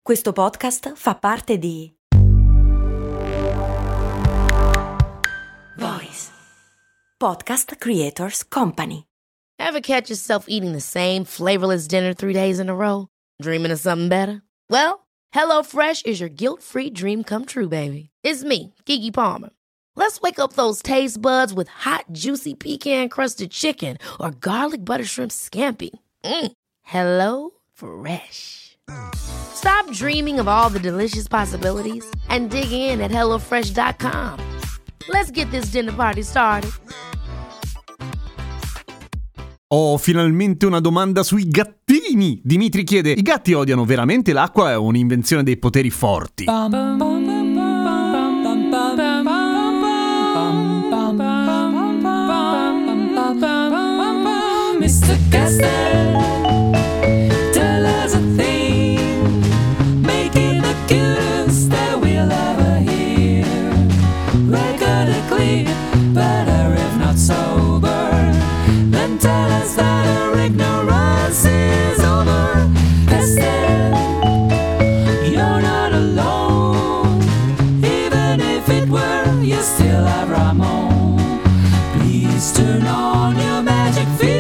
Questo podcast fa parte di Voice Podcast Creators Company. Ever catch yourself eating the same flavorless dinner 3 days in a row? Dreaming of something better? Well, HelloFresh is your guilt-free dream come true, baby. It's me, Keke Palmer. Let's wake up those taste buds with hot, juicy pecan-crusted chicken or garlic butter shrimp scampi. Hello Fresh. Stop dreaming of all the delicious possibilities and dig in at HelloFresh.com. Let's get this dinner party started. Ho finalmente una domanda sui gattini. Dimitri chiede: i gatti odiano veramente l'acqua o è un'invenzione dei poteri forti? Mr. Gaston, tell us a thing, making the cutest that we'll ever hear. Record it clear, better if not sober, then tell us that our ignorance is over. Gaston, you're not alone, even if it were, you still have Ramon. Please turn on your magic field.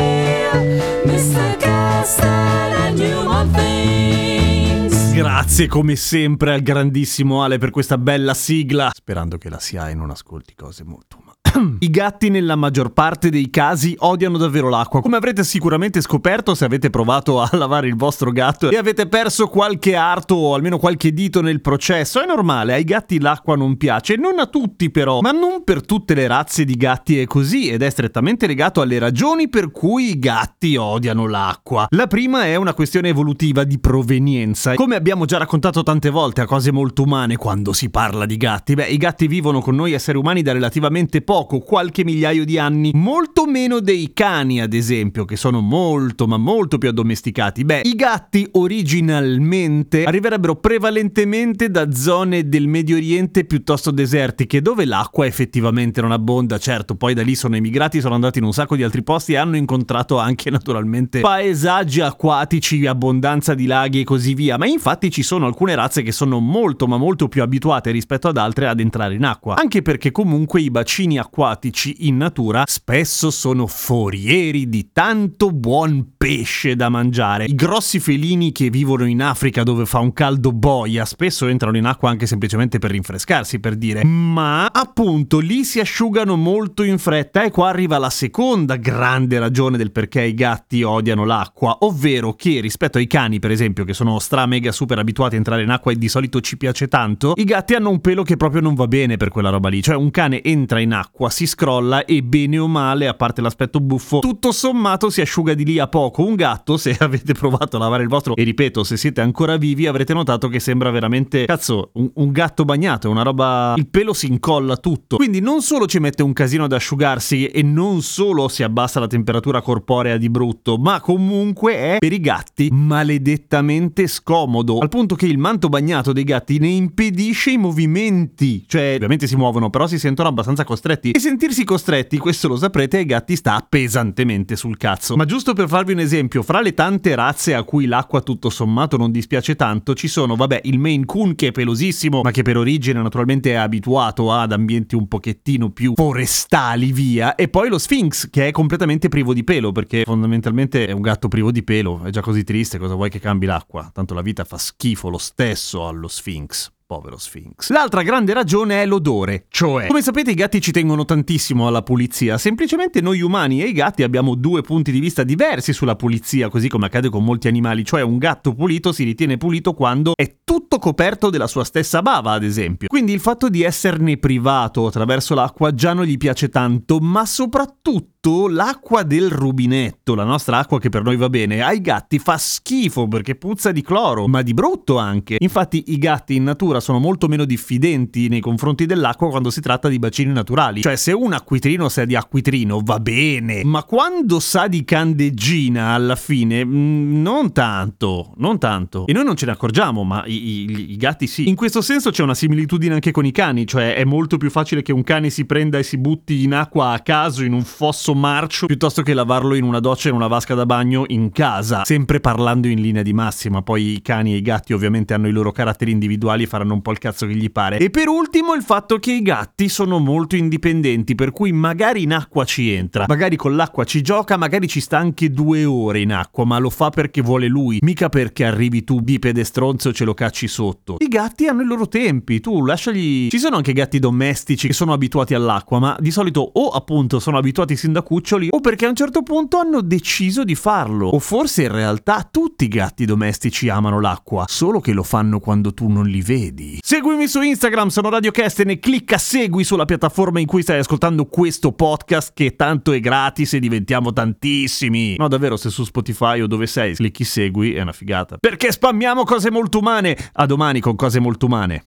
Grazie come sempre al grandissimo Ale per questa bella sigla, sperando che la SIAE non ascolti cose molto I gatti nella maggior parte dei casi odiano davvero l'acqua, come avrete sicuramente scoperto se avete provato a lavare il vostro gatto e avete perso qualche arto o almeno qualche dito nel processo. È normale, ai gatti l'acqua non piace, non a tutti però, ma non per tutte le razze di gatti è così, ed è strettamente legato alle ragioni per cui i gatti odiano l'acqua. La prima è una questione evolutiva di provenienza. Come abbiamo già raccontato tante volte a cose molto umane quando si parla di gatti, i gatti vivono con noi esseri umani da relativamente poco, qualche migliaio di anni, molto meno dei cani ad esempio, che sono molto ma molto più addomesticati. I gatti originalmente arriverebbero prevalentemente da zone del Medio Oriente piuttosto desertiche, dove l'acqua effettivamente non abbonda. Certo, poi da lì sono emigrati, sono andati in un sacco di altri posti e hanno incontrato anche naturalmente paesaggi acquatici, abbondanza di laghi e così via, ma infatti ci sono alcune razze che sono molto ma molto più abituate rispetto ad altre ad entrare in acqua, anche perché comunque i bacini acquatici in natura spesso sono forieri di tanto buon pesce da mangiare. I grossi felini che vivono in Africa dove fa un caldo boia spesso entrano in acqua anche semplicemente per rinfrescarsi, per dire, ma appunto lì si asciugano molto in fretta, e qua arriva la seconda grande ragione del perché i gatti odiano l'acqua, ovvero che rispetto ai cani per esempio, che sono stra mega super abituati a entrare in acqua e di solito ci piace tanto, i gatti hanno un pelo che proprio non va bene per quella roba lì. Cioè un cane entra in acqua, si scrolla e bene o male, a parte l'aspetto buffo, tutto sommato si asciuga di lì a poco. Un gatto, se avete provato a lavare il vostro, e ripeto, se siete ancora vivi avrete notato che sembra veramente, un gatto bagnato, è una roba, il pelo si incolla tutto, quindi non solo ci mette un casino ad asciugarsi e non solo si abbassa la temperatura corporea di brutto, ma comunque è per i gatti maledettamente scomodo, al punto che il manto bagnato dei gatti ne impedisce i movimenti. Cioè ovviamente si muovono, però si sentono abbastanza costretti, e sentirsi costretti, questo lo saprete, ai gatti sta pesantemente sul cazzo. Ma giusto per farvi un esempio, fra le tante razze a cui l'acqua tutto sommato non dispiace tanto, ci sono il Maine Coon, che è pelosissimo ma che per origine naturalmente è abituato ad ambienti un pochettino più forestali via, e poi lo Sphinx, che è completamente privo di pelo, perché fondamentalmente è un gatto privo di pelo, è già così triste, cosa vuoi che cambi l'acqua? Tanto la vita fa schifo lo stesso allo Sphinx. Povero Sphinx. L'altra grande ragione è l'odore, cioè, come sapete, i gatti ci tengono tantissimo alla pulizia. Semplicemente noi umani e i gatti abbiamo due punti di vista diversi sulla pulizia, così come accade con molti animali. Cioè un gatto pulito si ritiene pulito quando è tutto coperto della sua stessa bava, ad esempio. Quindi il fatto di esserne privato attraverso l'acqua già non gli piace tanto, ma soprattutto l'acqua del rubinetto, la nostra acqua che per noi va bene, ai gatti fa schifo perché puzza di cloro, ma di brutto anche. Infatti i gatti in natura sono molto meno diffidenti nei confronti dell'acqua quando si tratta di bacini naturali. Cioè se un acquitrino sa di acquitrino va bene, ma quando sa di candeggina alla fine non tanto. E noi non ce ne accorgiamo, ma i gatti sì. In questo senso c'è una similitudine anche con i cani, cioè è molto più facile che un cane si prenda e si butti in acqua a caso in un fosso marcio piuttosto che lavarlo in una doccia e in una vasca da bagno in casa, sempre parlando in linea di massima. Poi i cani e i gatti ovviamente hanno i loro caratteri individuali e faranno un po' il cazzo che gli pare. E per ultimo il fatto che i gatti sono molto indipendenti, per cui magari in acqua ci entra, magari con l'acqua ci gioca, magari ci sta anche 2 ore in acqua, ma lo fa perché vuole lui, mica perché arrivi tu bipede stronzo e ce lo cacci sotto. I gatti hanno i loro tempi, tu lasciali. Ci sono anche gatti domestici che sono abituati all'acqua, ma di solito o appunto sono abituati sin da cuccioli o perché a un certo punto hanno deciso di farlo, o forse in realtà tutti i gatti domestici amano l'acqua, solo che lo fanno quando tu non li vedi. Seguimi su Instagram, sono Radio Kesten, e clicca segui sulla piattaforma in cui stai ascoltando questo podcast, che tanto è gratis e diventiamo tantissimi. No, davvero, se su Spotify o dove sei clicchi segui è una figata, perché spammiamo cose molto umane. A domani con cose molto umane.